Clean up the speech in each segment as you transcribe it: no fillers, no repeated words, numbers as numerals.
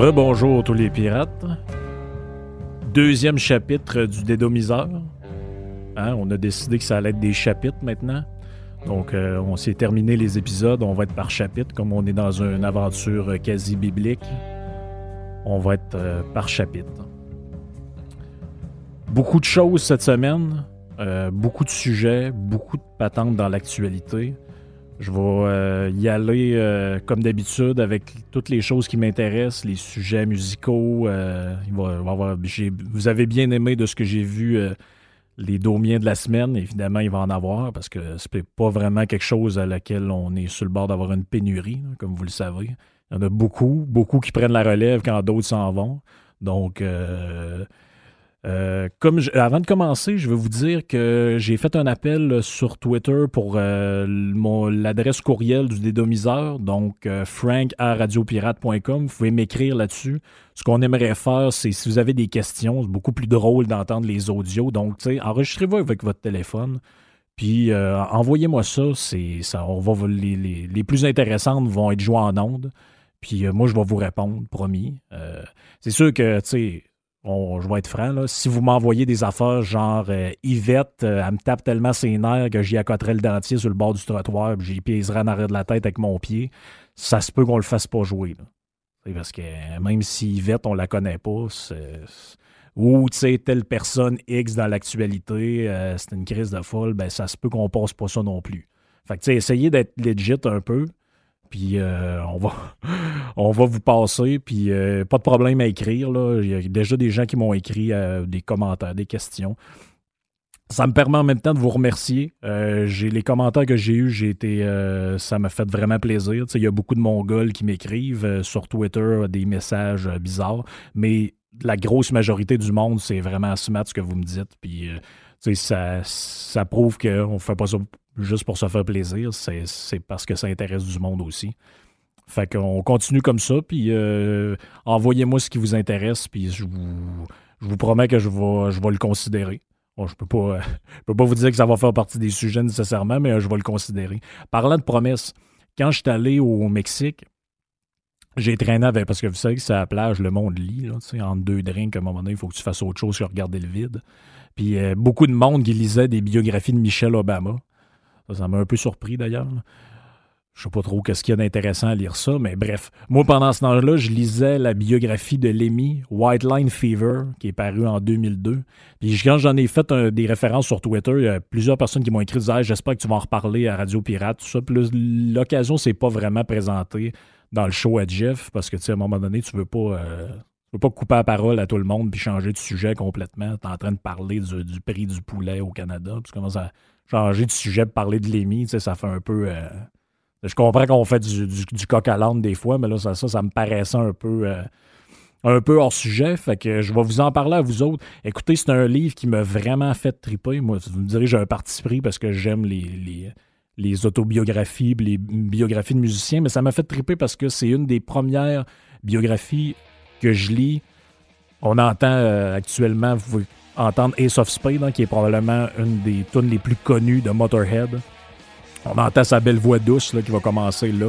Rebonjour tous les pirates. Deuxième chapitre du Dédomiseur. On a décidé que ça allait être des chapitres maintenant. Donc, on s'est terminé les épisodes. On va être par chapitre, comme on est dans une aventure quasi biblique. On va être par chapitre. Beaucoup de choses cette semaine. Beaucoup de sujets, beaucoup de patentes dans l'actualité. Je vais y aller comme d'habitude avec toutes les choses qui m'intéressent, les sujets musicaux. Vous avez bien aimé de ce que j'ai vu les domiens de la semaine. Évidemment, il va en avoir parce que c'est pas vraiment quelque chose à laquelle on est sur le bord d'avoir une pénurie, là, comme vous le savez. Il y en a beaucoup qui prennent la relève quand d'autres s'en vont. Donc, avant de commencer, je vais vous dire que j'ai fait un appel sur Twitter pour l'adresse courriel du dédomiseur, donc frank@radiopirate.com. Vous pouvez m'écrire là-dessus. Ce qu'on aimerait faire, c'est si vous avez des questions, c'est beaucoup plus drôle d'entendre les audios. Donc, enregistrez-vous avec votre téléphone, puis envoyez-moi ça. Les plus intéressantes vont être jouées en ondes. Puis moi, je vais vous répondre, promis. C'est sûr que, je vais être franc, là. Si vous m'envoyez des affaires genre Yvette, elle me tape tellement ses nerfs que j'y accoterais le dentier sur le bord du trottoir puis j'y piéserais en arrière de la tête avec mon pied, ça se peut qu'on le fasse pas jouer. Là. Parce que même si Yvette, on la connaît pas, ou telle personne X dans l'actualité, c'est une crise de folle, ben ça se peut qu'on passe pas ça non plus. Fait que essayez d'être legit un peu. Puis on va vous passer, puis pas de problème à écrire. Là. Il y a déjà des gens qui m'ont écrit des commentaires, des questions. Ça me permet en même temps de vous remercier. Les commentaires que j'ai eus, ça m'a fait vraiment plaisir. Il y a beaucoup de Mongols qui m'écrivent sur Twitter des messages bizarres, mais la grosse majorité du monde, c'est vraiment smart ce que vous me dites. Puis ça prouve qu'on ne fait pas ça juste pour se faire plaisir, c'est parce que ça intéresse du monde aussi. Fait qu'on continue comme ça, puis envoyez-moi ce qui vous intéresse, puis je vous promets que je vais le considérer. Bon, je peux pas vous dire que ça va faire partie des sujets nécessairement, mais je vais le considérer. Parlant de promesses, quand je suis allé au Mexique, j'ai traîné avec, parce que vous savez que c'est à la plage, le monde lit, là, entre deux drinks, à un moment donné, il faut que tu fasses autre chose que regarder le vide. Puis beaucoup de monde qui lisait des biographies de Michelle Obama. Ça m'a un peu surpris d'ailleurs. Je sais pas trop qu'est-ce qu'il y a d'intéressant à lire ça, mais bref. Moi, pendant ce temps-là, je lisais la biographie de Lemmy, White Line Fever, qui est parue en 2002. Puis quand j'en ai fait des références sur Twitter, il y a plusieurs personnes qui m'ont écrit, disaient, j'espère que tu vas en reparler à Radio Pirate, tout ça. Puis l'occasion s'est pas vraiment présentée dans le show à Jeff, parce que à un moment donné, tu veux pas couper la parole à tout le monde puis changer de sujet complètement. Tu es en train de parler du prix du poulet au Canada, puis tu commences à changer de sujet, parler de Lemmy, ça fait un peu... je comprends qu'on fait du coq à l'âne des fois, mais là, ça me paraissait un peu hors sujet, fait que je vais vous en parler à vous autres. Écoutez, c'est un livre qui m'a vraiment fait triper. Moi, vous me direz, j'ai un parti pris parce que j'aime les autobiographies, les biographies de musiciens, mais ça m'a fait triper parce que c'est une des premières biographies que je lis. On entend actuellement, vous pouvez entendre Ace of Spades, qui est probablement une des tunes les plus connues de Motorhead. On entend sa belle voix douce là, qui va commencer là.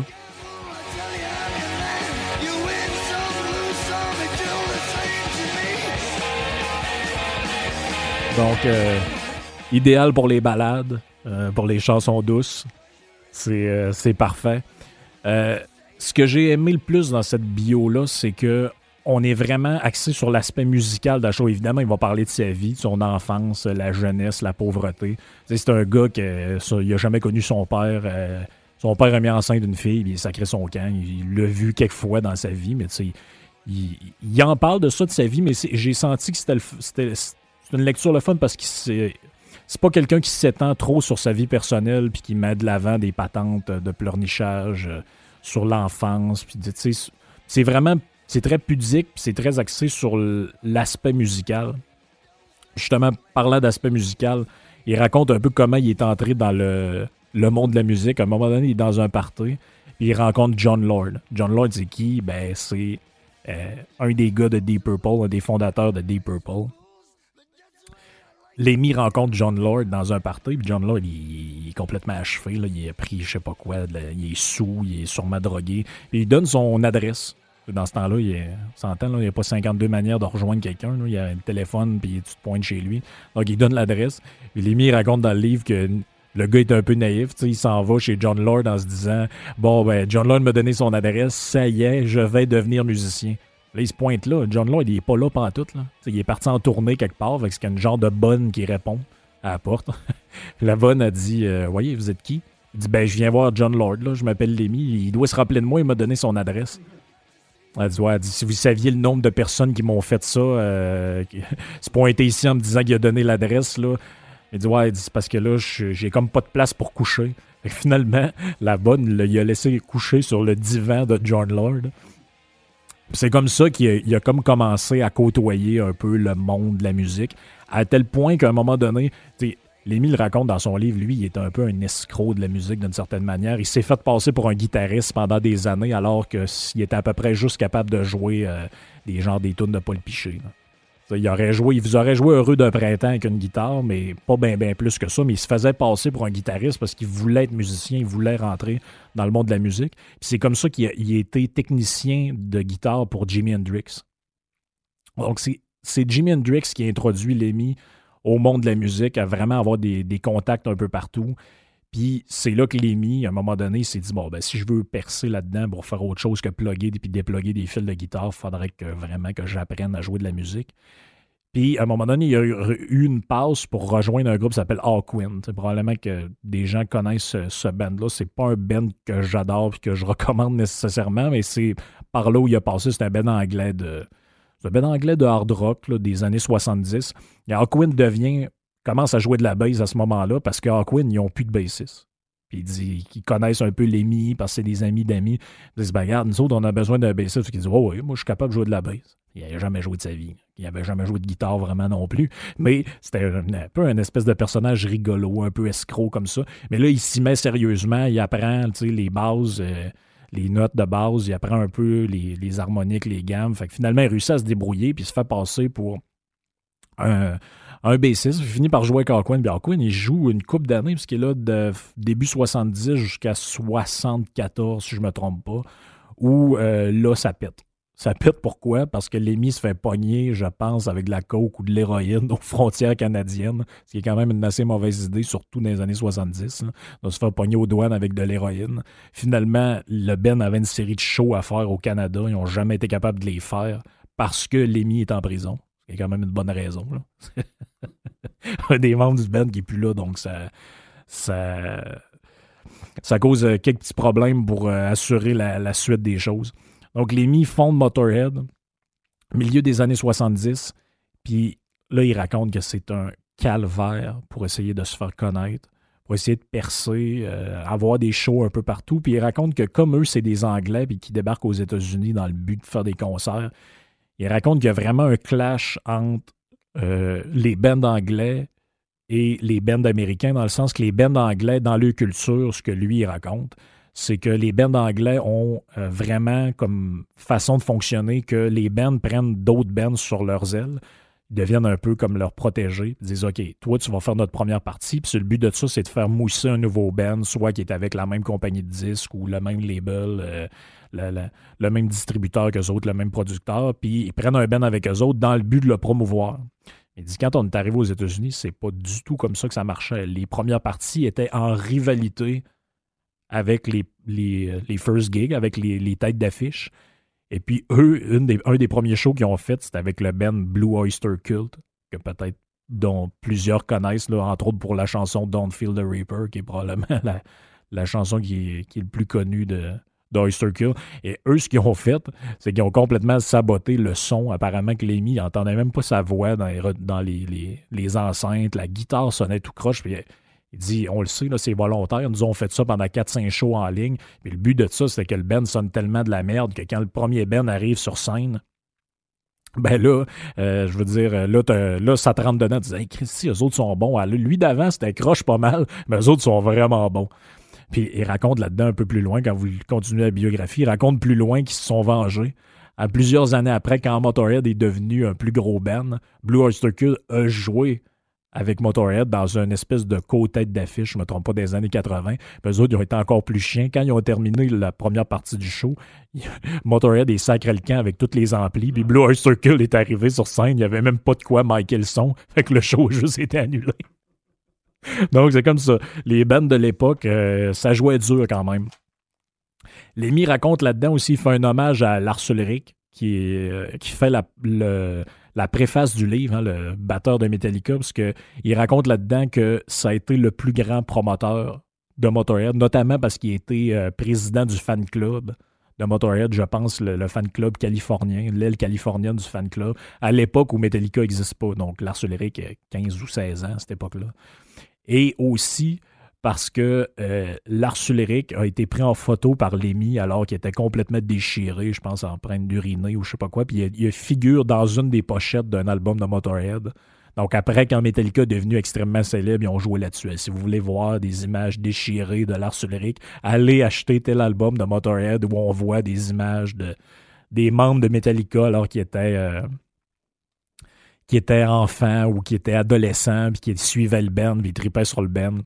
Donc, idéal pour les ballades, pour les chansons douces. C'est parfait. Ce que j'ai aimé le plus dans cette bio-là, c'est que on est vraiment axé sur l'aspect musical de la chose. Évidemment, il va parler de sa vie, de son enfance, la jeunesse, la pauvreté. C'est un gars qui n'a jamais connu son père. Son père a mis enceinte d'une fille, il a sacré son camp. Il l'a vu quelques fois dans sa vie, mais il en parle de ça, de sa vie, mais j'ai senti que c'était une lecture le fun parce que c'est pas quelqu'un qui s'étend trop sur sa vie personnelle puis qui met de l'avant des patentes de pleurnichage sur l'enfance. Puis, c'est vraiment... C'est très pudique, puis c'est très axé sur l'aspect musical. Justement, parlant d'aspect musical, il raconte un peu comment il est entré dans le monde de la musique. À un moment donné, il est dans un party, puis il rencontre John Lord. John Lord, c'est qui? Ben, c'est un des gars de Deep Purple, un des fondateurs de Deep Purple. Lemmy rencontre John Lord dans un party, puis John Lord, il est complètement achevé, là, il a pris je sais pas quoi, il est sous, il est sûrement drogué, puis il donne son adresse. Dans ce temps-là, on s'entend, il n'y a pas 52 manières de rejoindre quelqu'un. Là. Il y a un téléphone, puis tu te pointes chez lui. Donc, il donne l'adresse. Puis Lemmy raconte dans le livre que le gars est un peu naïf. Il s'en va chez John Lord en se disant « Bon, ben, John Lord m'a donné son adresse. Ça y est, je vais devenir musicien. » Là, il se pointe là. John Lord, il n'est pas là pantoute. Là. Il est parti en tournée quelque part. Fait que c'est une genre de bonne qui répond à la porte. La bonne a dit « Voyez, vous êtes qui? » Il dit « Ben, je viens voir John Lord. Là. Je m'appelle Lemmy. Il doit se rappeler de moi. Il m'a donné son adresse. » Elle dit, si vous saviez le nombre de personnes qui m'ont fait ça, se pointer ici en me disant qu'il a donné l'adresse, là. Il dit, c'est parce que là, j'ai comme pas de place pour coucher. Et finalement, la bonne, il a laissé coucher sur le divan de John Lord. C'est comme ça qu'il a comme commencé à côtoyer un peu le monde de la musique, à tel point qu'à un moment donné, Lemmy le raconte dans son livre, lui, il est un peu un escroc de la musique d'une certaine manière. Il s'est fait passer pour un guitariste pendant des années alors qu'il était à peu près juste capable de jouer des tunes de Paul Piché. Il vous aurait joué Heureux d'un printemps avec une guitare, mais pas bien plus que ça. Mais il se faisait passer pour un guitariste parce qu'il voulait être musicien, il voulait rentrer dans le monde de la musique. Puis c'est comme ça qu'il a été technicien de guitare pour Jimi Hendrix. Donc c'est Jimi Hendrix qui a introduit Lemmy au monde de la musique, à vraiment avoir des contacts un peu partout. Puis c'est là que Lemmy, à un moment donné, s'est dit, bon, ben si je veux percer là-dedans pour faire autre chose que plugger puis déploguer des fils de guitare, il faudrait vraiment que j'apprenne à jouer de la musique. Puis à un moment donné, il y a eu une passe pour rejoindre un groupe qui s'appelle Hawkwind. C'est probablement que des gens connaissent ce band-là. C'est pas un band que j'adore et que je recommande nécessairement, mais c'est par là où il a passé. C'est un band anglais de hard rock là, des années 70. Et Hawkwind commence à jouer de la bass à ce moment-là parce que Hawkwind, ils n'ont plus de bassiste. Puis il dit qu'ils connaissent un peu Lemmy parce que c'est des amis d'amis. Ils disent, ben regarde, nous autres, on a besoin d'un bassiste. Il dit, oh oui, moi je suis capable de jouer de la bass. Il n'avait jamais joué de sa vie. Il n'avait jamais joué de guitare vraiment non plus. Mais c'était un peu un espèce de personnage rigolo, un peu escroc comme ça. Mais là, il s'y met sérieusement. Il apprend les bases, les notes de base. Il apprend un peu les harmoniques, les gammes. Fait que finalement, il réussit à se débrouiller puis il se fait passer pour un bassiste. Il finit par jouer avec Hawkwind. Puis Hawkwind, il joue une couple d'années parce qu'il est là de début 70 jusqu'à 74, si je ne me trompe pas, où là, ça pète. Ça pète pourquoi? Parce que Lemmy se fait pogner, je pense, avec de la coke ou de l'héroïne aux frontières canadiennes, ce qui est quand même une assez mauvaise idée, surtout dans les années 70. Là. De se faire pogner aux douanes avec de l'héroïne. Finalement, le Ben avait une série de shows à faire au Canada. Ils n'ont jamais été capables de les faire parce que Lemmy est en prison. Ce qui est quand même une bonne raison. Là. Un des membres du band qui n'est plus là, donc ça cause quelques petits problèmes pour assurer la suite des choses. Donc, Lemmy fonde Motorhead, milieu des années 70, puis là, il raconte que c'est un calvaire pour essayer de se faire connaître, pour essayer de percer, avoir des shows un peu partout, puis il raconte que comme eux, c'est des Anglais, puis qui débarquent aux États-Unis dans le but de faire des concerts, il raconte qu'il y a vraiment un clash entre les bands anglais et les bands américains, dans le sens que les bands anglais, dans leur culture, ce que lui, il raconte, c'est que les bands anglais ont vraiment comme façon de fonctionner que les bands prennent d'autres bands sur leurs ailes, ils deviennent un peu comme leurs protégés, ils disent « OK, toi, tu vas faire notre première partie », puis le but de ça, c'est de faire mousser un nouveau band, soit qui est avec la même compagnie de disques ou le même label, le même distributeur qu'eux autres, le même producteur, puis ils prennent un band avec eux autres dans le but de le promouvoir. Il dit, quand on est arrivé aux États-Unis, c'est pas du tout comme ça que ça marchait. Les premières parties étaient en rivalité avec les first gigs, avec les têtes d'affiche. Et puis eux, un des premiers shows qu'ils ont fait, c'était avec le band Blue Oyster Cult, que peut-être dont plusieurs connaissent, là, entre autres pour la chanson Don't Feel the Reaper, qui est probablement la chanson qui est le plus connue d'Oyster Cult. Et eux, ce qu'ils ont fait, c'est qu'ils ont complètement saboté le son. Apparemment que Lemmy n'entendait même pas sa voix dans les enceintes. La guitare sonnait tout croche. Puis il dit, on le sait, là, c'est volontaire. Nous avons fait ça pendant 4-5 shows en ligne. Mais le but de ça, c'était que le band sonne tellement de la merde que quand le premier band arrive sur scène, ben là, je veux dire, là, ça te rentre dedans. Tu dis, hey, Christy, eux autres sont bons. Lui d'avant, c'était croche pas mal, mais eux autres sont vraiment bons. Puis il raconte là-dedans un peu plus loin, quand vous continuez la biographie, il raconte plus loin qu'ils se sont vengés. À plusieurs années après, quand Motorhead est devenu un plus gros band, Blue Oyster Cult a joué avec Motorhead dans une espèce de co-tête d'affiche, je ne me trompe pas, des années 80. Puis eux autres, ils ont été encore plus chiens. Quand ils ont terminé la première partie du show, Motorhead est sacré le camp avec tous les amplis. Puis Blue Oyster Cult est arrivé sur scène. Il n'y avait même pas de quoi marquer le son. Fait que le show a juste été annulé. Donc, c'est comme ça. Les bands de l'époque, ça jouait dur quand même. Lemmy raconte là-dedans aussi, il fait un hommage à Lars Ulrich, qui fait la préface du livre, hein, le batteur de Metallica, parce qu'il raconte là-dedans que ça a été le plus grand promoteur de Motorhead, notamment parce qu'il était président du fan club de Motorhead, je pense, le fan club californien, l'aile californienne du fan club, à l'époque où Metallica n'existe pas. Donc, Lars Ulrich a 15 ou 16 ans à cette époque-là. Et aussi parce que Lars Ulrich a été pris en photo par Lemmy alors qu'il était complètement déchiré, je pense, en train d'uriner ou je sais pas quoi, puis il figure dans une des pochettes d'un album de Motorhead. Donc après, quand Metallica est devenu extrêmement célèbre, ils ont joué là-dessus. Si vous voulez voir des images déchirées de Lars Ulrich, allez acheter tel album de Motorhead où on voit des images des membres de Metallica alors qu'ils étaient enfants ou qui étaient adolescents, puis qui suivaient le band, puis ils tripaient sur le band.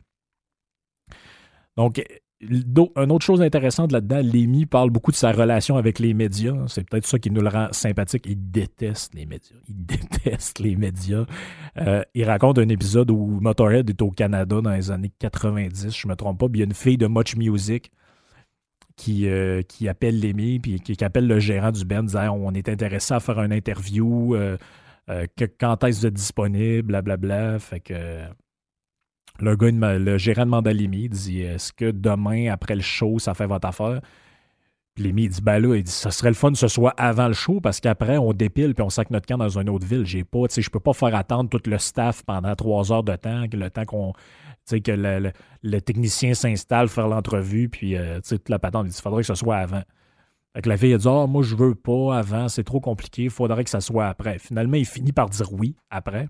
Donc, une autre chose intéressante là-dedans, Lemmy parle beaucoup de sa relation avec les médias. C'est peut-être ça qui nous le rend sympathique. Il déteste les médias. Il déteste les médias. Il raconte un épisode où Motorhead est au Canada dans les années 90, je ne me trompe pas, puis il y a une fille de Much Music qui appelle Lemmy, puis qui appelle le gérant du band, disant on est intéressé à faire une interview, quand est-ce que vous êtes disponible, blablabla. Fait que le gérant demande à Lemmy, il dit est-ce que demain, après le show, ça fait votre affaire? Puis Lemmy, il dit ben là, il dit ça serait le fun que ce soit avant le show parce qu'après, on dépile puis on sac notre camp dans une autre ville. Je peux pas faire attendre tout le staff pendant 3 heures de temps, le temps que le technicien s'installe, faire l'entrevue, puis toute la patente. Il dit il faudrait que ce soit avant. Fait que la fille a dit moi, je veux pas avant, c'est trop compliqué, il faudrait que ça soit après. Finalement, il finit par dire oui après.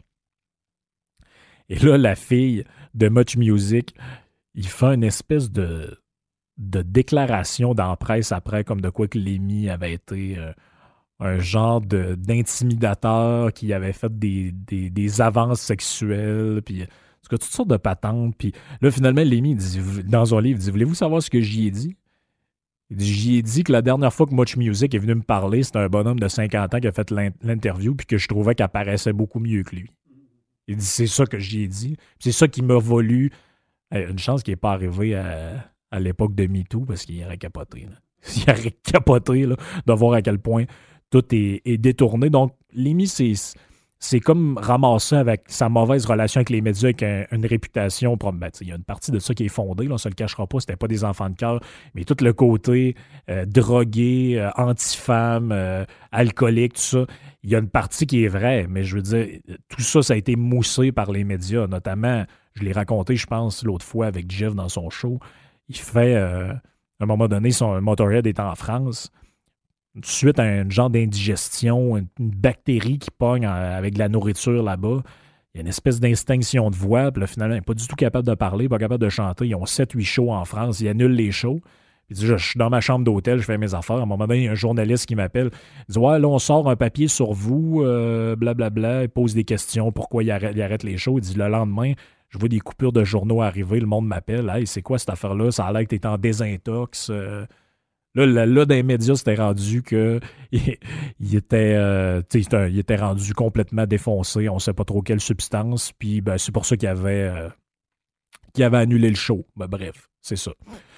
Et là, la fille de Much Music, il fait une espèce de déclaration dans la presse après, comme de quoi que Lemmy avait été un genre d'intimidateur qui avait fait des avances sexuelles, puis en tout cas, toutes sortes de patentes. Puis là, finalement, Lemmy dit, dans son livre, il dit voulez-vous savoir ce que j'y ai dit? Il dit j'y ai dit que la dernière fois que Much Music est venu me parler, c'était un bonhomme de 50 ans qui a fait l'interview, puis que je trouvais qu'elle paraissait beaucoup mieux que lui. Il dit c'est ça que j'y ai dit. C'est ça qui m'a valu. Une chance qu'il n'est pas arrivé à l'époque de MeToo parce qu'il aurait capoté. Là. Il aurait capoté là, de voir à quel point tout est détourné. Donc, Lemmy, c'est comme ramasser avec sa mauvaise relation avec les médias, avec une réputation. Ben, il y a une partie de ça qui est fondée, là, on ne se le cachera pas, c'était pas des enfants de cœur, mais tout le côté drogué, anti-femme, alcoolique, tout ça, il y a une partie qui est vraie, mais je veux dire, tout ça, ça a été moussé par les médias, notamment, je l'ai raconté, je pense, l'autre fois avec Jeff dans son show, il fait, à un moment donné, son Motorhead est en France, suite à un genre d'indigestion, une bactérie qui pogne avec de la nourriture là-bas. Il y a une espèce d'extinction de voix. Puis là, finalement, il n'est pas du tout capable de parler, pas capable de chanter. Ils ont 7-8 shows en France. Ils annulent les shows. Il dit, je suis dans ma chambre d'hôtel, je fais mes affaires. À un moment donné, il y a un journaliste qui m'appelle. Il dit, ouais, là, on sort un papier sur vous, blablabla. Il pose des questions, pourquoi il arrête les shows. Il dit, le lendemain, je vois des coupures de journaux arriver. Le monde m'appelle. Hey, c'est quoi cette affaire-là? Ça a l'air que tu es en désintox. Là, dans les médias, c'était rendu que il était rendu complètement défoncé. On ne sait pas trop quelle substance. Puis ben, c'est pour ça qu'il avait annulé le show. Ben, bref, c'est ça.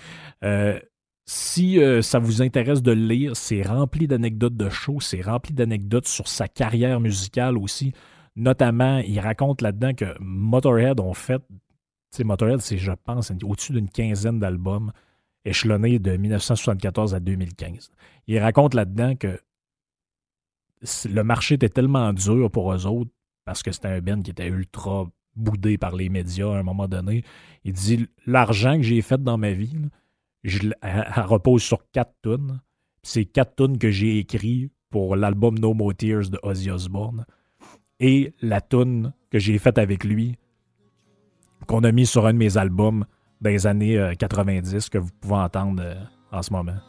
Si ça vous intéresse de le lire, c'est rempli d'anecdotes de show. C'est rempli d'anecdotes sur sa carrière musicale aussi. Notamment, il raconte là-dedans que Motorhead ont fait... Motorhead, c'est, je pense, au-dessus d'une quinzaine d'albums échelonné de 1974 à 2015. Il raconte là-dedans que le marché était tellement dur pour eux autres, parce que c'était un band qui était ultra boudé par les médias à un moment donné. Il dit, l'argent que j'ai fait dans ma vie, elle repose sur 4 tunes. C'est 4 tunes que j'ai écrites pour l'album No More Tears de Ozzy Osbourne. Et la tune que j'ai faite avec lui, qu'on a mis sur un de mes albums dans les années 90 que vous pouvez entendre en ce moment.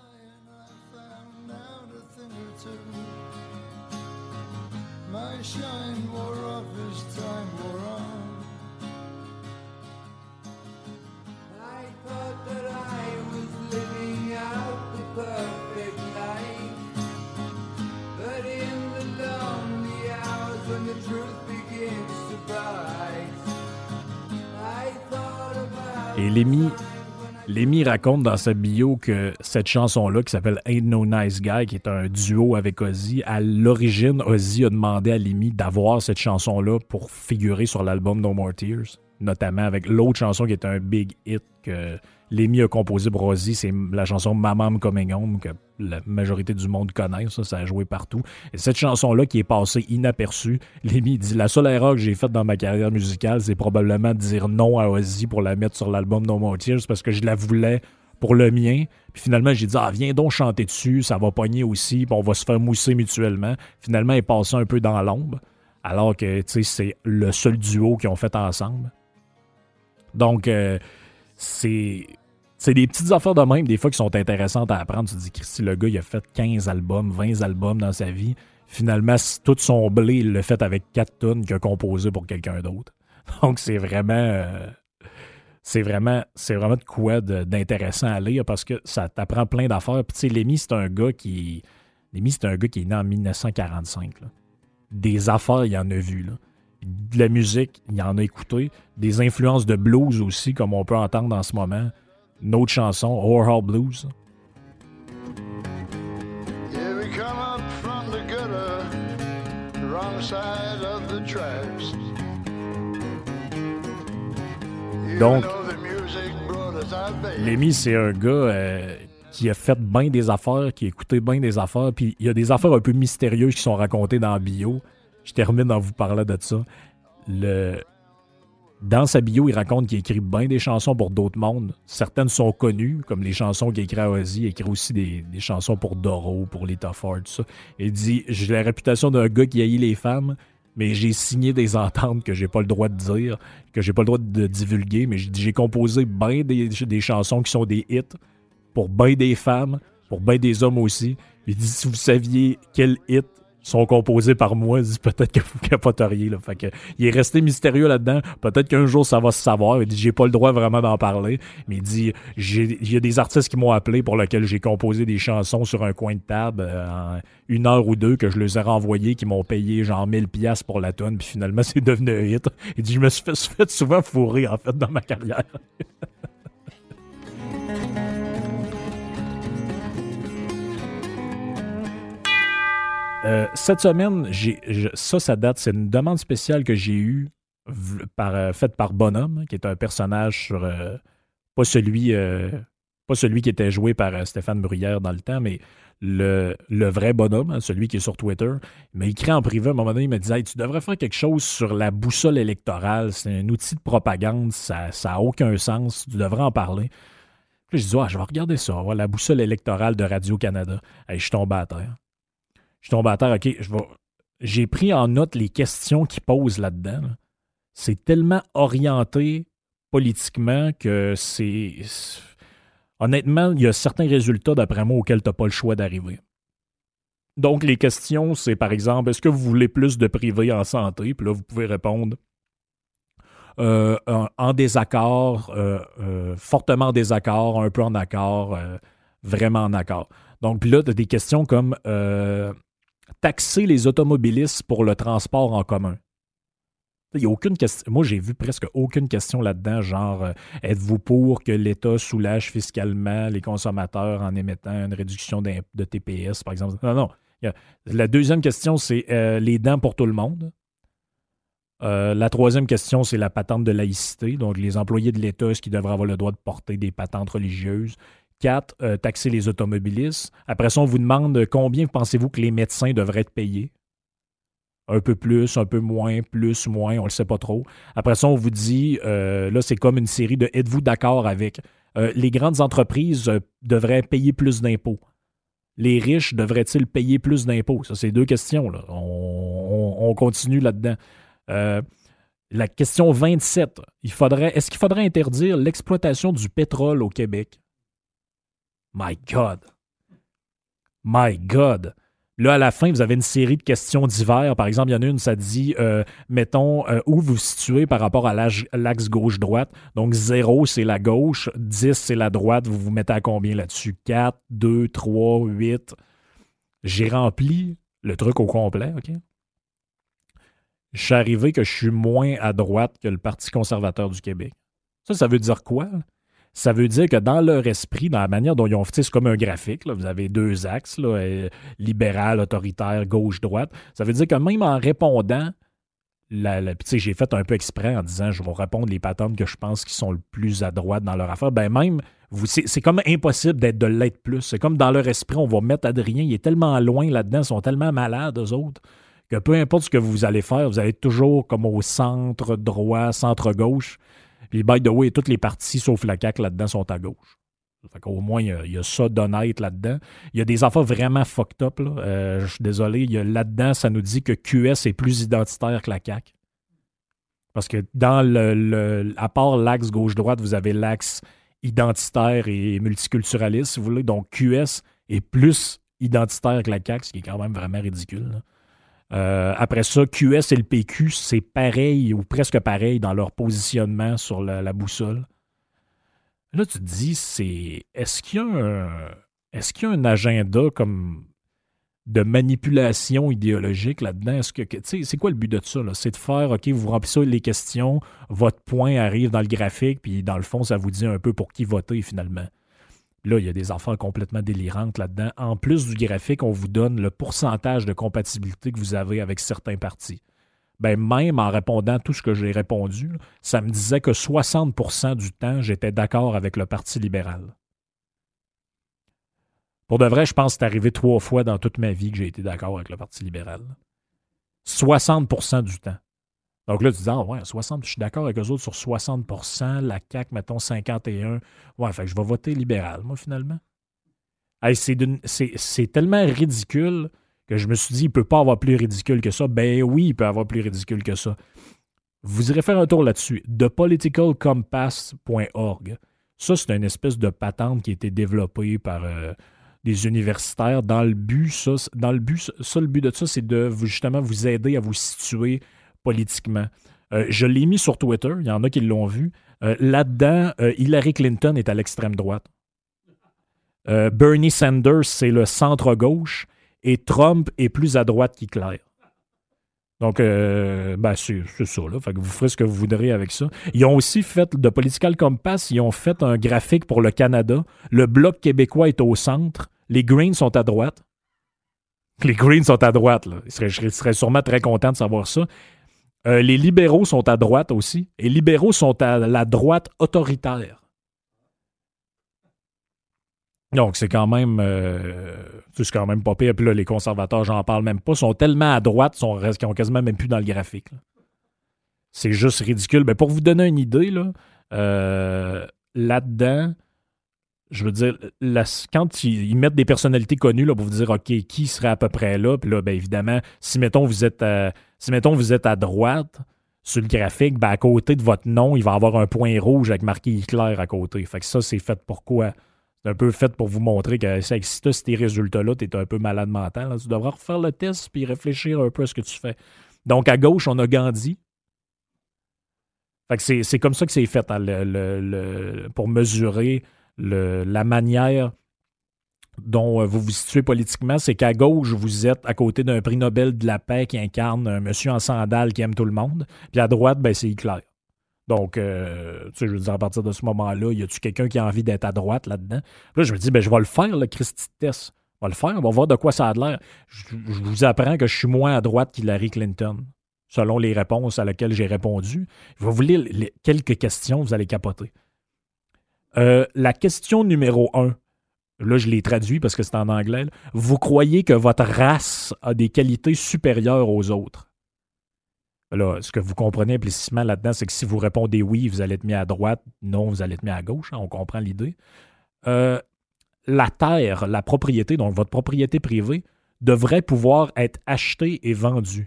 Et Lemmy raconte dans sa bio que cette chanson-là, qui s'appelle Ain't No Nice Guy, qui est un duo avec Ozzy, à l'origine, Ozzy a demandé à Lemmy d'avoir cette chanson-là pour figurer sur l'album No More Tears, notamment avec l'autre chanson qui est un big hit que Lemmy a composé pour Ozzy, c'est la chanson Mama Coming Home, que la majorité du monde connaît, ça a joué partout. Et cette chanson-là qui est passée inaperçue, Lemmy dit « La seule erreur que j'ai faite dans ma carrière musicale, c'est probablement de dire non à Ozzy pour la mettre sur l'album No More Tears, parce que je la voulais pour le mien. Puis finalement, j'ai dit « Ah, viens donc chanter dessus, ça va pogner aussi, puis on va se faire mousser mutuellement. » Finalement, il est passé un peu dans l'ombre, alors que, tu sais, c'est le seul duo qu'ils ont fait ensemble. Donc, c'est des petites affaires de même, des fois, qui sont intéressantes à apprendre. Tu te dis, Christy, le gars, il a fait 15 albums, 20 albums dans sa vie. Finalement, tout son blé, il l'a fait avec 4 tonnes qu'il a composé pour quelqu'un d'autre. Donc, c'est vraiment de quoi d'intéressant à lire parce que ça t'apprend plein d'affaires. Puis, tu sais, Lemmy, c'est un gars qui est né en 1945. Là. Des affaires, il en a vu, là. De la musique, il en a écouté. Des influences de blues aussi, comme on peut entendre en ce moment. Une autre chanson, Warhol Blues. Yeah, we come up from the gutter, the wrong side of the tracks. Donc, Lemmy, c'est un gars qui a fait bien des affaires, qui a écouté bien des affaires, puis il y a des affaires un peu mystérieuses qui sont racontées dans la bio. Je termine en vous parlant de ça. Dans sa bio, il raconte qu'il écrit bien des chansons pour d'autres mondes. Certaines sont connues, comme les chansons qu'il écrit à Ozzy. Il écrit aussi des chansons pour Doro, pour les Tough Heart, tout ça. Il dit « J'ai la réputation d'un gars qui haït les femmes, mais j'ai signé des ententes que j'ai pas le droit de dire, que j'ai pas le droit de divulguer, mais j'ai composé bien des chansons qui sont des hits pour bien des femmes, pour bien des hommes aussi. » Il dit « Si vous saviez quel hit sont composés par moi, il dit peut-être que vous capoteriez. Là. Fait que, il est resté mystérieux là-dedans. Peut-être qu'un jour, ça va se savoir. Il dit, j'ai pas le droit vraiment d'en parler. Mais il dit, il y a des artistes qui m'ont appelé pour lesquels j'ai composé des chansons sur un coin de table en 1 heure ou 2 que je les ai renvoyées, qui m'ont payé genre 1000$ pour la tonne. Puis finalement, c'est devenu un hit. Il dit, je me suis fait souvent fourrer, en fait, dans ma carrière. Cette semaine, ça date, c'est une demande spéciale que j'ai eue faite par Bonhomme, qui est un personnage sur pas celui qui était joué par Stéphane Bruyère dans le temps, mais le vrai Bonhomme, hein, celui qui est sur Twitter. Il m'a écrit en privé à un moment donné, il me disait hey, tu devrais faire quelque chose sur la boussole électorale, c'est un outil de propagande, ça n'a aucun sens, tu devrais en parler. Puis je dis je vais regarder ça, on va la boussole électorale de Radio-Canada. Hey, je suis tombé à terre. OK, j'ai pris en note les questions qu'ils posent là-dedans. Là. C'est tellement orienté politiquement que c'est... Honnêtement, il y a certains résultats, d'après moi, auxquels tu n'as pas le choix d'arriver. Donc, les questions, c'est par exemple, est-ce que vous voulez plus de privé en santé? Puis là, vous pouvez répondre en désaccord, fortement en désaccord, un peu en accord, vraiment en accord. Donc, puis là, tu as des questions comme... taxer les automobilistes pour le transport en commun. Il n'y a aucune question. Moi, j'ai vu presque aucune question là-dedans, genre êtes-vous pour que l'État soulage fiscalement les consommateurs en émettant une réduction de TPS, par exemple? Non. La deuxième question, c'est les dents pour tout le monde. La troisième question, c'est la patente de laïcité. Donc, les employés de l'État, est-ce qu'ils devraient avoir le droit de porter des patentes religieuses? 4, taxer les automobilistes. Après ça, on vous demande combien pensez-vous que les médecins devraient être payés? Un peu plus, un peu moins, plus, moins, on ne le sait pas trop. Après ça, on vous dit, là, c'est comme une série de « Êtes-vous d'accord avec? Les grandes entreprises devraient payer plus d'impôts. Les riches devraient-ils payer plus d'impôts? » Ça, c'est 2 questions. Là. On continue là-dedans. La question 27. Est-ce qu'il faudrait interdire l'exploitation du pétrole au Québec? My God. Là, à la fin, vous avez une série de questions divers. Par exemple, il y en a une, ça dit, mettons, où vous vous situez par rapport à l'axe gauche-droite. Donc, 0, c'est la gauche. 10, c'est la droite. Vous vous mettez à combien là-dessus? 4, 2, 3, 8. J'ai rempli le truc au complet, OK? Je suis arrivé que je suis moins à droite que le Parti conservateur du Québec. Ça veut dire quoi? Ça veut dire que dans leur esprit, dans la manière dont ils ont fait, c'est comme un graphique, là, vous avez deux axes, là, libéral, autoritaire, gauche-droite. Ça veut dire que même en répondant, j'ai fait un peu exprès en disant je vais répondre les patterns que je pense qui sont le plus à droite dans leur affaire. Ben même, c'est comme impossible de l'être plus. C'est comme dans leur esprit, on va mettre Adrien, il est tellement loin là-dedans, ils sont tellement malades, eux autres, que peu importe ce que vous allez faire, vous allez être toujours comme au centre droit, centre gauche. Puis, by the way, toutes les partis, sauf la CAQ, là-dedans, sont à gauche. Fait qu'au moins, il y a ça d'honnête là-dedans. Il y a des affaires vraiment fucked up, là. Je suis désolé. Là-dedans, ça nous dit que QS est plus identitaire que la CAQ. Parce que dans à part l'axe gauche-droite, vous avez l'axe identitaire et multiculturaliste, si vous voulez. Donc, QS est plus identitaire que la CAQ, ce qui est quand même vraiment ridicule, là. Après ça, QS et le PQ, c'est pareil ou presque pareil dans leur positionnement sur la boussole. Là, tu te dis, est-ce qu'il y a un agenda comme de manipulation idéologique là-dedans? C'est quoi le but de ça, là? C'est de faire, OK, vous remplissez les questions, votre point arrive dans le graphique, puis dans le fond, ça vous dit un peu pour qui voter finalement. Là, il y a des affaires complètement délirantes là-dedans. En plus du graphique, on vous donne le pourcentage de compatibilité que vous avez avec certains partis. Ben, même en répondant tout ce que j'ai répondu, ça me disait que 60% du temps, j'étais d'accord avec le Parti libéral. Pour de vrai, je pense que c'est arrivé 3 fois dans toute ma vie que j'ai été d'accord avec le Parti libéral. 60% du temps. Donc là, tu dis, ouais, 60, je suis d'accord avec eux autres sur 60%, la CAQ, mettons 51%. Ouais, fait que je vais voter libéral, moi, finalement. Hey, c'est tellement ridicule que je me suis dit, il ne peut pas avoir plus ridicule que ça. Ben oui, il peut avoir plus ridicule que ça. Vous irez faire un tour là-dessus. ThePoliticalCompass.org. Ça, c'est une espèce de patente qui a été développée par des universitaires dans le but, le but de ça, c'est de justement vous aider à vous situer politiquement. Je l'ai mis sur Twitter, il y en a qui l'ont vu. Là-dedans, Hillary Clinton est à l'extrême droite. Bernie Sanders, c'est le centre-gauche. Et Trump est plus à droite qu'Hitler. Donc, c'est ça, là. Fait que vous ferez ce que vous voudrez avec ça. Ils ont aussi fait, de Political Compass, ils ont fait un graphique pour le Canada. Le Bloc québécois est au centre. Les Greens sont à droite. Les Greens sont à droite, là. Je serais sûrement très content de savoir ça. Les libéraux sont à droite aussi. Et les libéraux sont à la droite autoritaire. Donc, c'est quand même pas pire. Puis là, les conservateurs, j'en parle même pas, sont tellement à droite qu'ils ont quasiment même plus dans le graphique, là. C'est juste ridicule. Mais pour vous donner une idée, là, là-dedans, je veux dire, quand ils mettent des personnalités connues là, pour vous dire, OK, qui serait à peu près là, puis là, bien évidemment, si mettons vous êtes à droite sur le graphique, ben, à côté de votre nom, il va y avoir un point rouge avec marqué Hitler à côté. Fait que ça, c'est fait pour quoi? C'est un peu fait pour vous montrer que si tu as ces résultats-là, tu es un peu malade mental. Là. Tu devras refaire le test puis réfléchir un peu à ce que tu fais. Donc, à gauche, on a Gandhi. Fait que c'est comme ça que c'est fait, hein, pour mesurer la manière dont vous vous situez politiquement. C'est qu'à gauche, vous êtes à côté d'un prix Nobel de la paix qui incarne un monsieur en sandales qui aime tout le monde. Puis à droite, ben, c'est Hitler. Donc, je veux dire, à partir de ce moment-là, y a-tu quelqu'un qui a envie d'être à droite là-dedans? Là, je me dis, ben, je vais le faire, le Christy test. On va le faire, on va voir de quoi ça a l'air. Je vous apprends que je suis moins à droite qu'Hillary Clinton, selon les réponses à laquelle j'ai répondu. Je vais vous lire quelques questions, vous allez capoter. La question numéro 1, là, je l'ai traduit parce que c'est en anglais. Là. Vous croyez que votre race a des qualités supérieures aux autres? Là, ce que vous comprenez implicitement là-dedans, c'est que si vous répondez oui, vous allez être mis à droite. Non, vous allez être mis à gauche. Hein, on comprend l'idée. La terre, la propriété, donc votre propriété privée, devrait pouvoir être achetée et vendue.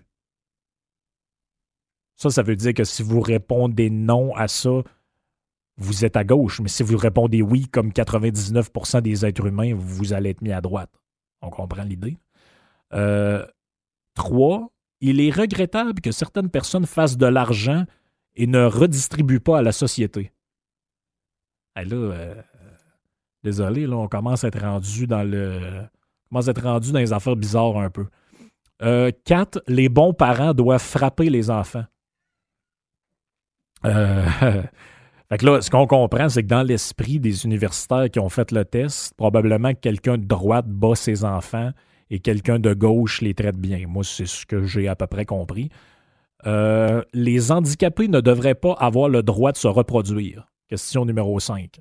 Ça veut dire que si vous répondez non à ça, vous êtes à gauche. Mais si vous répondez oui, comme 99% des êtres humains, vous allez être mis à droite. On comprend l'idée. 3. Il est regrettable que certaines personnes fassent de l'argent et ne redistribuent pas à la société. Et là, désolé, là, on commence à être rendu dans les affaires bizarres un peu. 4. Les bons parents doivent frapper les enfants. Fait que là, ce qu'on comprend, c'est que dans l'esprit des universitaires qui ont fait le test, probablement que quelqu'un de droite bat ses enfants et quelqu'un de gauche les traite bien. Moi, c'est ce que j'ai à peu près compris. Les handicapés ne devraient pas avoir le droit de se reproduire. Question numéro 5.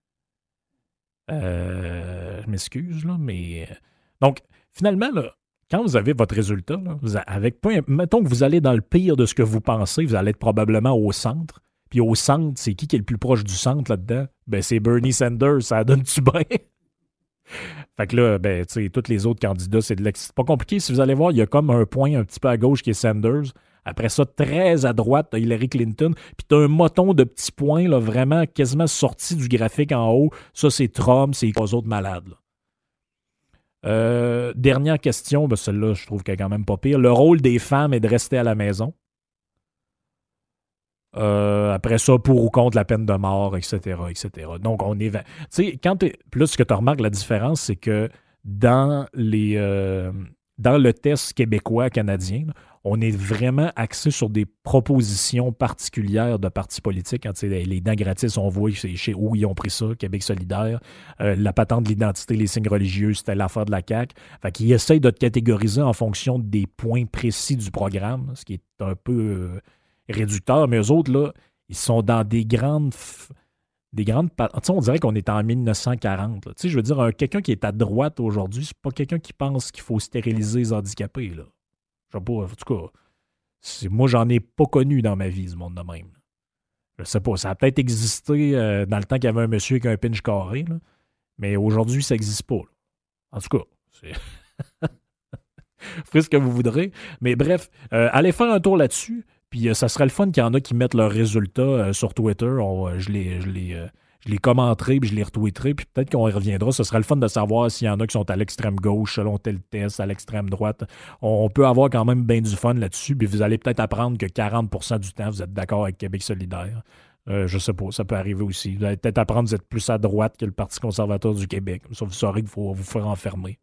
Je m'excuse, là, mais... Donc, finalement, là, quand vous avez votre résultat, là, mettons que vous allez dans le pire de ce que vous pensez, vous allez être probablement au centre. Puis au centre, c'est qui est le plus proche du centre là-dedans? Ben, c'est Bernie Sanders, ça donne-tu bien? Fait que là, ben, tu sais, tous les autres candidats, c'est pas compliqué. Si vous allez voir, il y a comme un point un petit peu à gauche qui est Sanders. Après ça, très à droite, t'as Hillary Clinton. Puis t'as un moton de petits points, là, vraiment quasiment sorti du graphique en haut. Ça, c'est Trump, c'est les autres malades, là. Dernière question, ben celle-là, je trouve qu'elle est quand même pas pire. Le rôle des femmes est de rester à la maison. Après ça, pour ou contre la peine de mort, etc., etc. Donc, on est... Tu sais, plus ce que tu remarques, la différence, c'est que dans le test québécois-canadien, on est vraiment axé sur des propositions particulières de partis politiques. Hein, les dents gratis, on voit c'est chez où ils ont pris ça, Québec solidaire. La patente de l'identité, les signes religieux, c'était l'affaire de la CAQ. Fait qu'ils essayent de te catégoriser en fonction des points précis du programme, ce qui est un peu... réducteurs, mais eux autres, là, ils sont dans des grandes... on dirait qu'on est en 1940. Là. Je veux dire, quelqu'un qui est à droite aujourd'hui, c'est pas quelqu'un qui pense qu'il faut stériliser les handicapés. Là. Je sais pas, en tout cas, moi, j'en ai pas connu dans ma vie, ce monde de même. Je sais pas, ça a peut-être existé dans le temps qu'il y avait un monsieur avec un pinch carré, là, mais aujourd'hui, ça n'existe pas. Là. En tout cas, c'est... Faites ce que vous voudrez. Mais bref, allez faire un tour là-dessus. Puis ça serait le fun qu'il y en a qui mettent leurs résultats sur Twitter. Je les commenterai, puis je les retweeterai, puis peut-être qu'on y reviendra. Ce serait le fun de savoir s'il y en a qui sont à l'extrême gauche, selon tel test, à l'extrême droite. On peut avoir quand même bien du fun là-dessus, puis vous allez peut-être apprendre que 40% du temps, vous êtes d'accord avec Québec solidaire. Je sais pas, ça peut arriver aussi. Vous allez peut-être apprendre que vous êtes plus à droite que le Parti conservateur du Québec. Ça, vous saurez qu'il faut vous faire enfermer.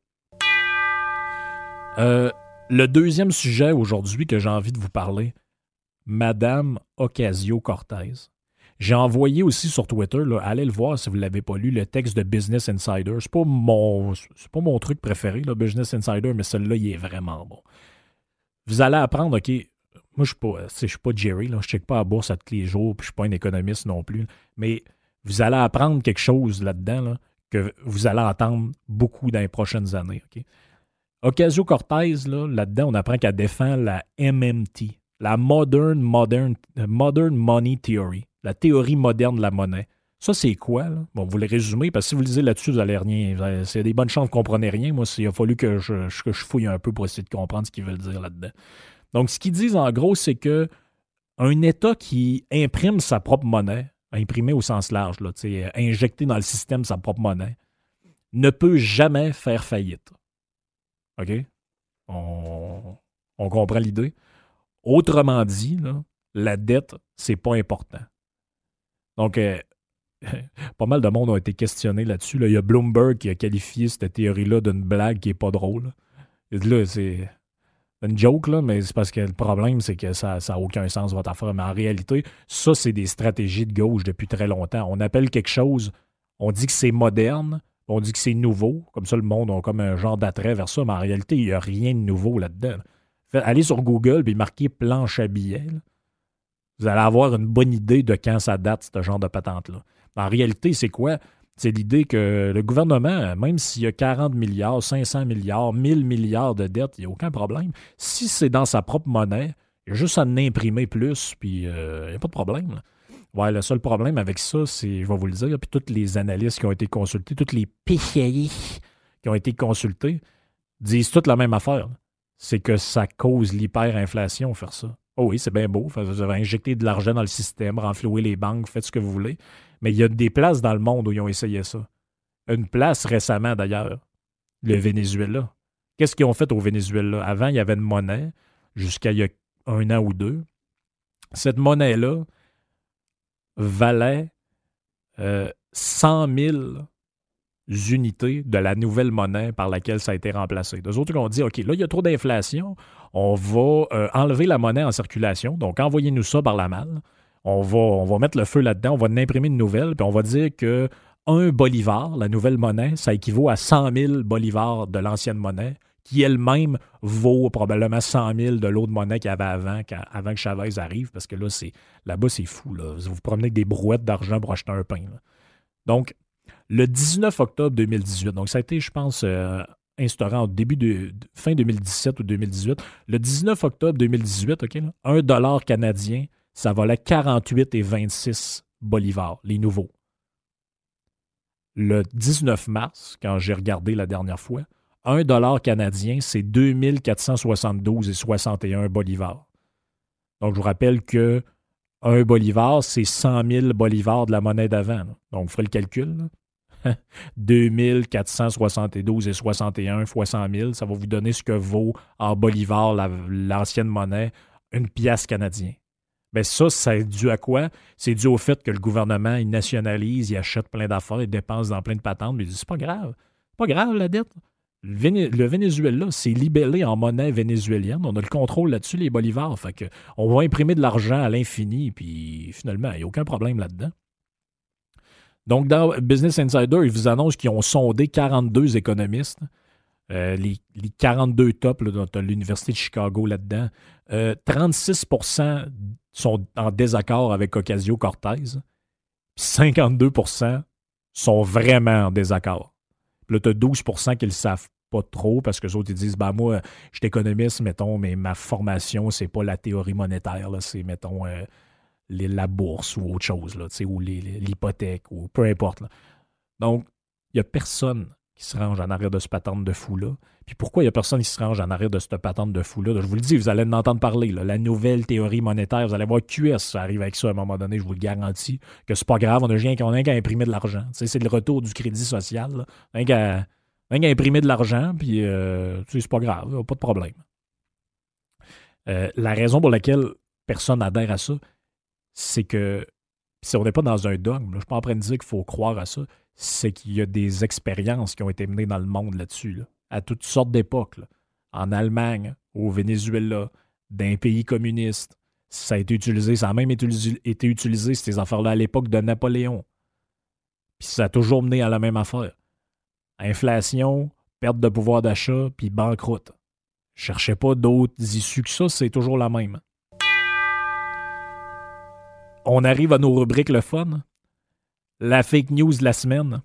Le deuxième sujet aujourd'hui que j'ai envie de vous parler, Madame Ocasio-Cortez. J'ai envoyé aussi sur Twitter, là, allez le voir si vous ne l'avez pas lu, le texte de Business Insider. C'est pas mon truc préféré, là, Business Insider, mais celui-là, il est vraiment bon. Vous allez apprendre, OK, moi, je suis pas Jerry, là, je ne check pas la bourse à tous les jours, puis je ne suis pas un économiste non plus, mais vous allez apprendre quelque chose là-dedans là, que vous allez entendre beaucoup dans les prochaines années. OK? Ocasio-Cortez, là-dedans, on apprend qu'elle défend la MMT, la Modern Money Theory, la théorie moderne de la monnaie. Ça, c'est quoi, là? Bon, vous le résumez, parce que si vous lisez là-dessus, vous n'allez rien. C'est des bonnes chances que vous ne comprenez rien. Moi, il a fallu que je fouille un peu pour essayer de comprendre ce qu'ils veulent dire là-dedans. Donc, ce qu'ils disent, en gros, c'est que un État qui imprime sa propre monnaie, imprimé au sens large, là, injecter dans le système sa propre monnaie, ne peut jamais faire faillite. OK? On comprend l'idée. Autrement dit, là, la dette, c'est pas important. Donc, pas mal de monde ont été questionnés là-dessus. Là. Il y a Bloomberg qui a qualifié cette théorie-là d'une blague qui est pas drôle. Là, c'est une joke, là, mais c'est parce que le problème, c'est que ça n'a aucun sens, votre affaire. Mais en réalité, ça, c'est des stratégies de gauche depuis très longtemps. On appelle quelque chose, on dit que c'est moderne, on dit que c'est nouveau. Comme ça, le monde a comme un genre d'attrait vers ça, mais en réalité, il n'y a rien de nouveau là-dedans. Allez sur Google et marquez planche à billets. Là. Vous allez avoir une bonne idée de quand ça date, ce genre de patente-là. En réalité, c'est quoi? C'est l'idée que le gouvernement, même s'il y a 40 milliards, 500 milliards, 1000 milliards de dettes, il n'y a aucun problème. Si c'est dans sa propre monnaie, il y a juste à en imprimer plus, puis il n'y a pas de problème. Là. Ouais, le seul problème avec ça, c'est, je vais vous le dire, puis tous les analystes qui ont été consultés, tous les PCI qui ont été consultés, disent toutes la même affaire. Là. C'est que ça cause l'hyperinflation, faire ça. Oh oui, c'est bien beau. Vous avez injecté de l'argent dans le système, renflouer les banques, faites ce que vous voulez. Mais il y a des places dans le monde où ils ont essayé ça. Une place récemment, d'ailleurs, le Venezuela. Qu'est-ce qu'ils ont fait au Venezuela? Avant, il y avait une monnaie, jusqu'à il y a 1 an ou 2. Cette monnaie-là valait 100 000 unités de la nouvelle monnaie par laquelle ça a été remplacé. Deux autres qui ont dit, OK, là, il y a trop d'inflation, on va enlever la monnaie en circulation, donc envoyez-nous ça par la malle. On va mettre le feu là-dedans, on va en imprimer une nouvelle, puis on va dire que 1 bolivar, la nouvelle monnaie, ça équivaut à 100 000 bolivars de l'ancienne monnaie, qui elle-même vaut probablement 100 000 de l'autre monnaie qu'il y avait avant que Chavez arrive, parce que là-bas, c'est fou. Là. Vous vous promenez avec des brouettes d'argent pour acheter un pain. Là. Donc, le 19 octobre 2018, donc ça a été, je pense, instauré en fin 2017 ou 2018. Le 19 octobre 2018, OK, là, 1 dollar canadien, ça valait 48,26 bolivars, les nouveaux. Le 19 mars, quand j'ai regardé la dernière fois, 1 dollar canadien, c'est 2472,61 bolivars. Donc, je vous rappelle que 1 bolivar, c'est 100 000 bolivars de la monnaie d'avant. Là. Donc, vous ferez le calcul. 2472,61 fois 100 000, ça va vous donner ce que vaut en bolivars l'ancienne monnaie, une pièce canadienne. Bien, ça, c'est dû à quoi? C'est dû au fait que le gouvernement, il nationalise, il achète plein d'affaires, il dépense dans plein de patentes, mais il dit, c'est pas grave. Pas grave, la dette. Le Venezuela, c'est libellé en monnaie vénézuélienne. On a le contrôle là-dessus, les bolivars. Fait que on va imprimer de l'argent à l'infini, puis finalement, il n'y a aucun problème là-dedans. Donc, dans Business Insider, ils vous annoncent qu'ils ont sondé 42 économistes. Les 42 tops, là, tu as l'Université de Chicago là-dedans. 36% sont en désaccord avec Ocasio-Cortez. 52% sont vraiment en désaccord. Là, tu as 12% qui ne le savent pas trop parce que les autres, ils disent, ben moi, je suis économiste, mettons, mais ma formation, c'est pas la théorie monétaire, là, c'est, mettons, la bourse ou autre chose, là, ou l'hypothèque, ou peu importe. Là. Donc, il n'y a personne qui se range en arrière de ce patente de fou-là. Puis pourquoi il n'y a personne qui se range en arrière de cette patente de fou-là? Je vous le dis, vous allez en entendre parler. Là, la nouvelle théorie monétaire, vous allez voir QS, ça arrive avec ça à un moment donné, je vous le garantis, que c'est pas grave, on n'a rien qu'à imprimer de l'argent. C'est le retour du crédit social. Là. Rien qu'à imprimer de l'argent, puis c'est pas grave, pas de problème. La raison pour laquelle personne n'adhère à ça, c'est que, si on n'est pas dans un dogme, là, je ne suis pas en train de dire qu'il faut croire à ça, c'est qu'il y a des expériences qui ont été menées dans le monde là-dessus, là, à toutes sortes d'époques. Là. En Allemagne, au Venezuela, dans les pays communistes. Ça a été utilisé, ça a même été utilisé, ces affaires-là, à l'époque de Napoléon. Puis ça a toujours mené à la même affaire. Inflation, perte de pouvoir d'achat, puis banqueroute. Cherchez pas d'autres issues que ça, c'est toujours la même. On arrive à nos rubriques le fun. La fake news de la semaine.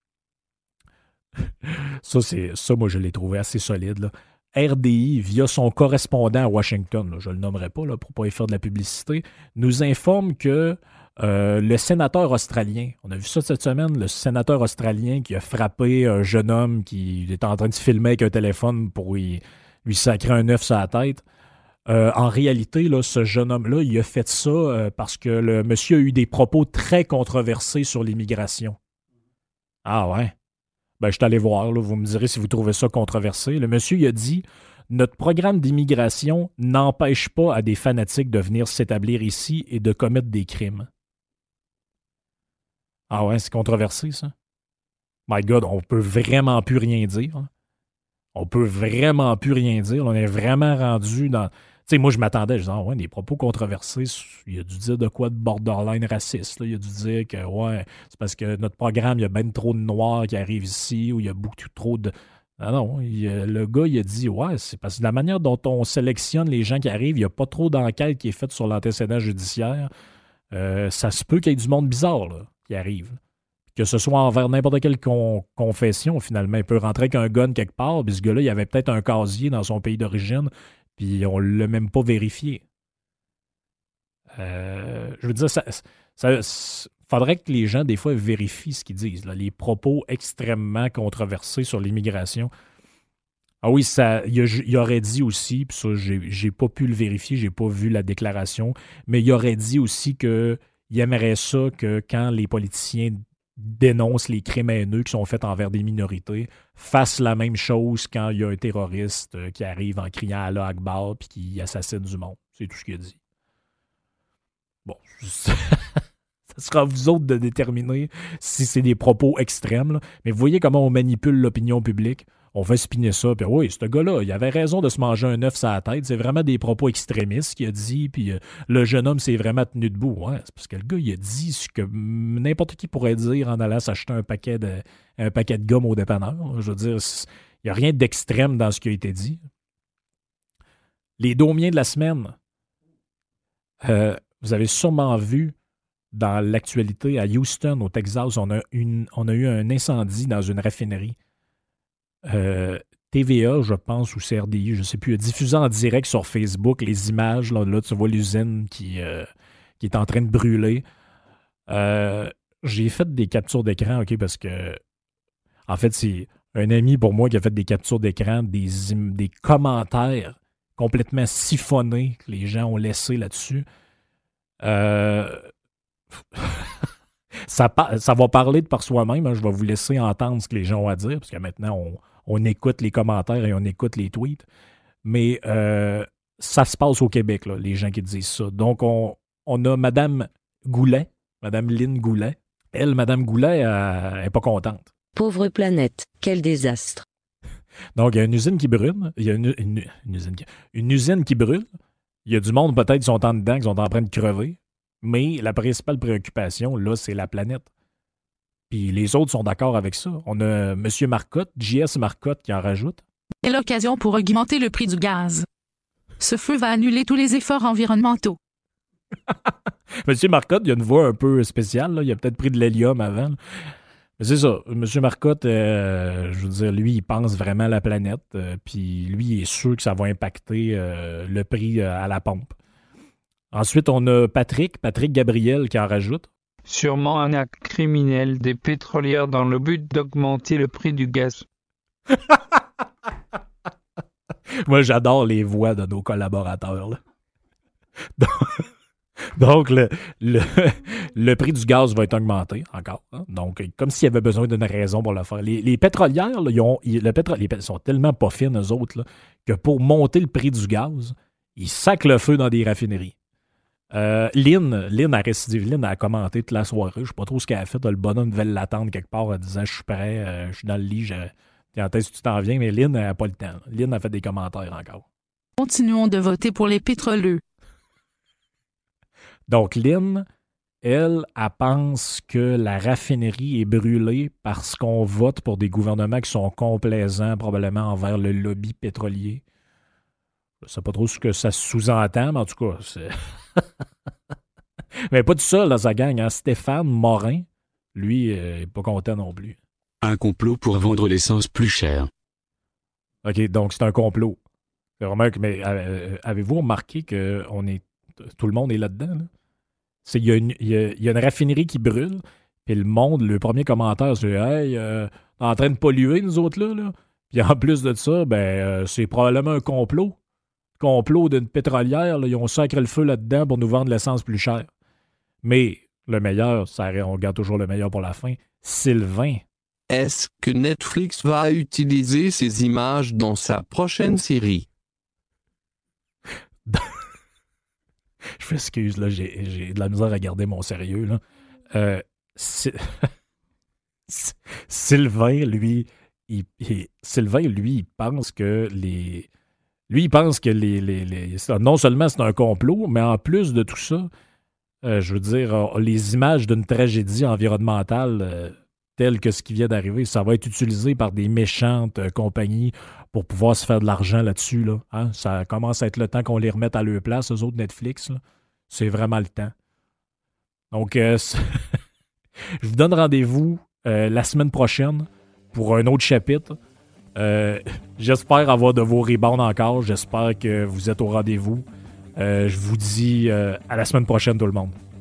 Ça, moi, je l'ai trouvé assez solide. Là. RDI, via son correspondant à Washington, là, je ne le nommerai pas là, pour ne pas y faire de la publicité, nous informe que le sénateur australien, on a vu ça cette semaine, le sénateur australien qui a frappé un jeune homme qui était en train de se filmer avec un téléphone pour lui sacrer un œuf sur la tête. En réalité, là, ce jeune homme-là, il a fait ça parce que le monsieur a eu des propos très controversés sur l'immigration. Ah ouais? Ben, je suis allé voir, là, vous me direz si vous trouvez ça controversé. Le monsieur, il a dit « Notre programme d'immigration n'empêche pas à des fanatiques de venir s'établir ici et de commettre des crimes. » Ah ouais, c'est controversé, ça? My God, on peut vraiment plus rien dire. Hein? On peut vraiment plus rien dire. On est vraiment rendu dans... Tu sais, moi, je m'attendais, je disais, ouais, des propos controversés, il a dû dire de quoi de borderline raciste. Là. Il a dû dire que, ouais, c'est parce que notre programme, il y a bien trop de Noirs qui arrivent ici, ou il y a beaucoup trop de... Non, le gars, il a dit, ouais, c'est parce que de la manière dont on sélectionne les gens qui arrivent, il n'y a pas trop d'enquête qui est faite sur l'antécédent judiciaire. Ça se peut qu'il y ait du monde bizarre là, qui arrive. Que ce soit envers n'importe quelle confession, finalement. Il peut rentrer avec un gun quelque part, puis ce gars-là, il avait peut-être un casier dans son pays d'origine, puis on ne l'a même pas vérifié. Je veux dire, faudrait que les gens, des fois, vérifient ce qu'ils disent. Là. Les propos extrêmement controversés sur l'immigration. Ah oui, il aurait dit aussi, puis ça, j'ai pas pu le vérifier, j'ai pas vu la déclaration, mais il aurait dit aussi qu'il aimerait ça que quand les politiciens dénoncent les crimes haineux qui sont faits envers des minorités, fassent la même chose quand il y a un terroriste qui arrive en criant Allah Akbar puis qui assassine du monde. C'est tout ce qu'il a dit. Bon, Ça sera à vous autres de déterminer si c'est des propos extrêmes. Là. Mais vous voyez comment on manipule l'opinion publique. On fait spinner ça, puis oui, ce gars-là, il avait raison de se manger un œuf sur la tête. C'est vraiment des propos extrémistes qu'il a dit, puis le jeune homme s'est vraiment tenu debout. Ouais, c'est parce que le gars, il a dit ce que n'importe qui pourrait dire en allant s'acheter un paquet de gomme au dépanneur. Je veux dire, il n'y a rien d'extrême dans ce qui a été dit. Les Daumiens de la semaine. Vous avez sûrement vu dans l'actualité à Houston, au Texas, on a eu un incendie dans une raffinerie. TVA, je pense, ou CRDI, je ne sais plus, a diffusé en direct sur Facebook les images. Là tu vois l'usine qui est en train de brûler. J'ai fait des captures d'écran, OK, parce que, en fait, c'est un ami pour moi qui a fait des captures d'écran, des commentaires complètement siphonnés que les gens ont laissés là-dessus. Ça va parler de par soi-même. Hein, je vais vous laisser entendre ce que les gens ont à dire, parce que maintenant, on écoute les commentaires et on écoute les tweets. Mais ça se passe au Québec, là, les gens qui disent ça. Donc, on a Mme Goulet, Mme Lynn Goulet. Elle, Mme Goulet, elle n'est pas contente. Pauvre planète, quel désastre. Donc, il y a une usine qui brûle. Il y a une usine qui brûle. Il y a du monde, peut-être, qui sont en dedans, qui sont en train de crever. Mais la principale préoccupation, là, c'est la planète. Puis les autres sont d'accord avec ça. On a M. Marcotte, JS Marcotte, qui en rajoute. Quelle occasion pour augmenter le prix du gaz. Ce feu va annuler tous les efforts environnementaux. M. Marcotte, il a une voix un peu spéciale. Là. Il a peut-être pris de l'hélium avant. Là. Mais c'est ça. M. Marcotte, je veux dire, lui, il pense vraiment à la planète. Puis lui, il est sûr que ça va impacter le prix à la pompe. Ensuite, on a Patrick Gabriel qui en rajoute. Sûrement un acte criminel des pétrolières dans le but d'augmenter le prix du gaz. Moi, j'adore les voix de nos collaborateurs. Là. Donc, le prix du gaz va être augmenté encore. Hein? Donc, comme s'il y avait besoin d'une raison pour le faire. Les pétrolières, là, ils sont tellement pas fines, eux autres, là, que pour monter le prix du gaz, ils sacent le feu dans des raffineries. Lynn a récidivé. Lynn a commenté toute la soirée. Je ne sais pas trop ce qu'elle a fait. Le bonhomme devait l'attendre quelque part en disant « Je suis prêt, je suis dans le lit, quand est-ce que tu t'en viens? » Mais Lynn n'a pas le temps. Lynn a fait des commentaires encore. Continuons de voter pour les pétroleux. Donc, Lynn, elle pense que la raffinerie est brûlée parce qu'on vote pour des gouvernements qui sont complaisants probablement envers le lobby pétrolier. Je ne sais pas trop ce que ça sous-entend, mais en tout cas, c'est... Mais pas tout seul dans sa gang. Hein? Stéphane Morin, lui, n'est pas content non plus. Un complot pour vendre l'essence plus chère. OK, donc c'est un complot. C'est vraiment mais avez-vous remarqué que tout le monde est là-dedans? Là? Il y a une raffinerie qui brûle, puis le monde, le premier commentaire, c'est « Hey, on est en train de polluer, nous autres, là. » Puis en plus de ça, c'est probablement un complot d'une pétrolière. Là, ils ont sacré le feu là-dedans pour nous vendre l'essence plus chère. Mais le meilleur, on garde toujours le meilleur pour la fin, Sylvain. Est-ce que Netflix va utiliser ces images dans sa prochaine série? Je m'excuse, là, j'ai de la misère à garder mon sérieux. Là. Sylvain, lui, il pense que Lui, il pense que non seulement c'est un complot, mais en plus de tout ça, je veux dire, les images d'une tragédie environnementale telle que ce qui vient d'arriver, ça va être utilisé par des méchantes compagnies pour pouvoir se faire de l'argent là-dessus. Là, hein? Ça commence à être le temps qu'on les remette à leur place, eux autres Netflix. Là. C'est vraiment le temps. Donc, je vous donne rendez-vous la semaine prochaine pour un autre chapitre. J'espère avoir de vos rebounds encore. J'espère que vous êtes au rendez-vous. Je vous dis à la semaine prochaine, tout le monde.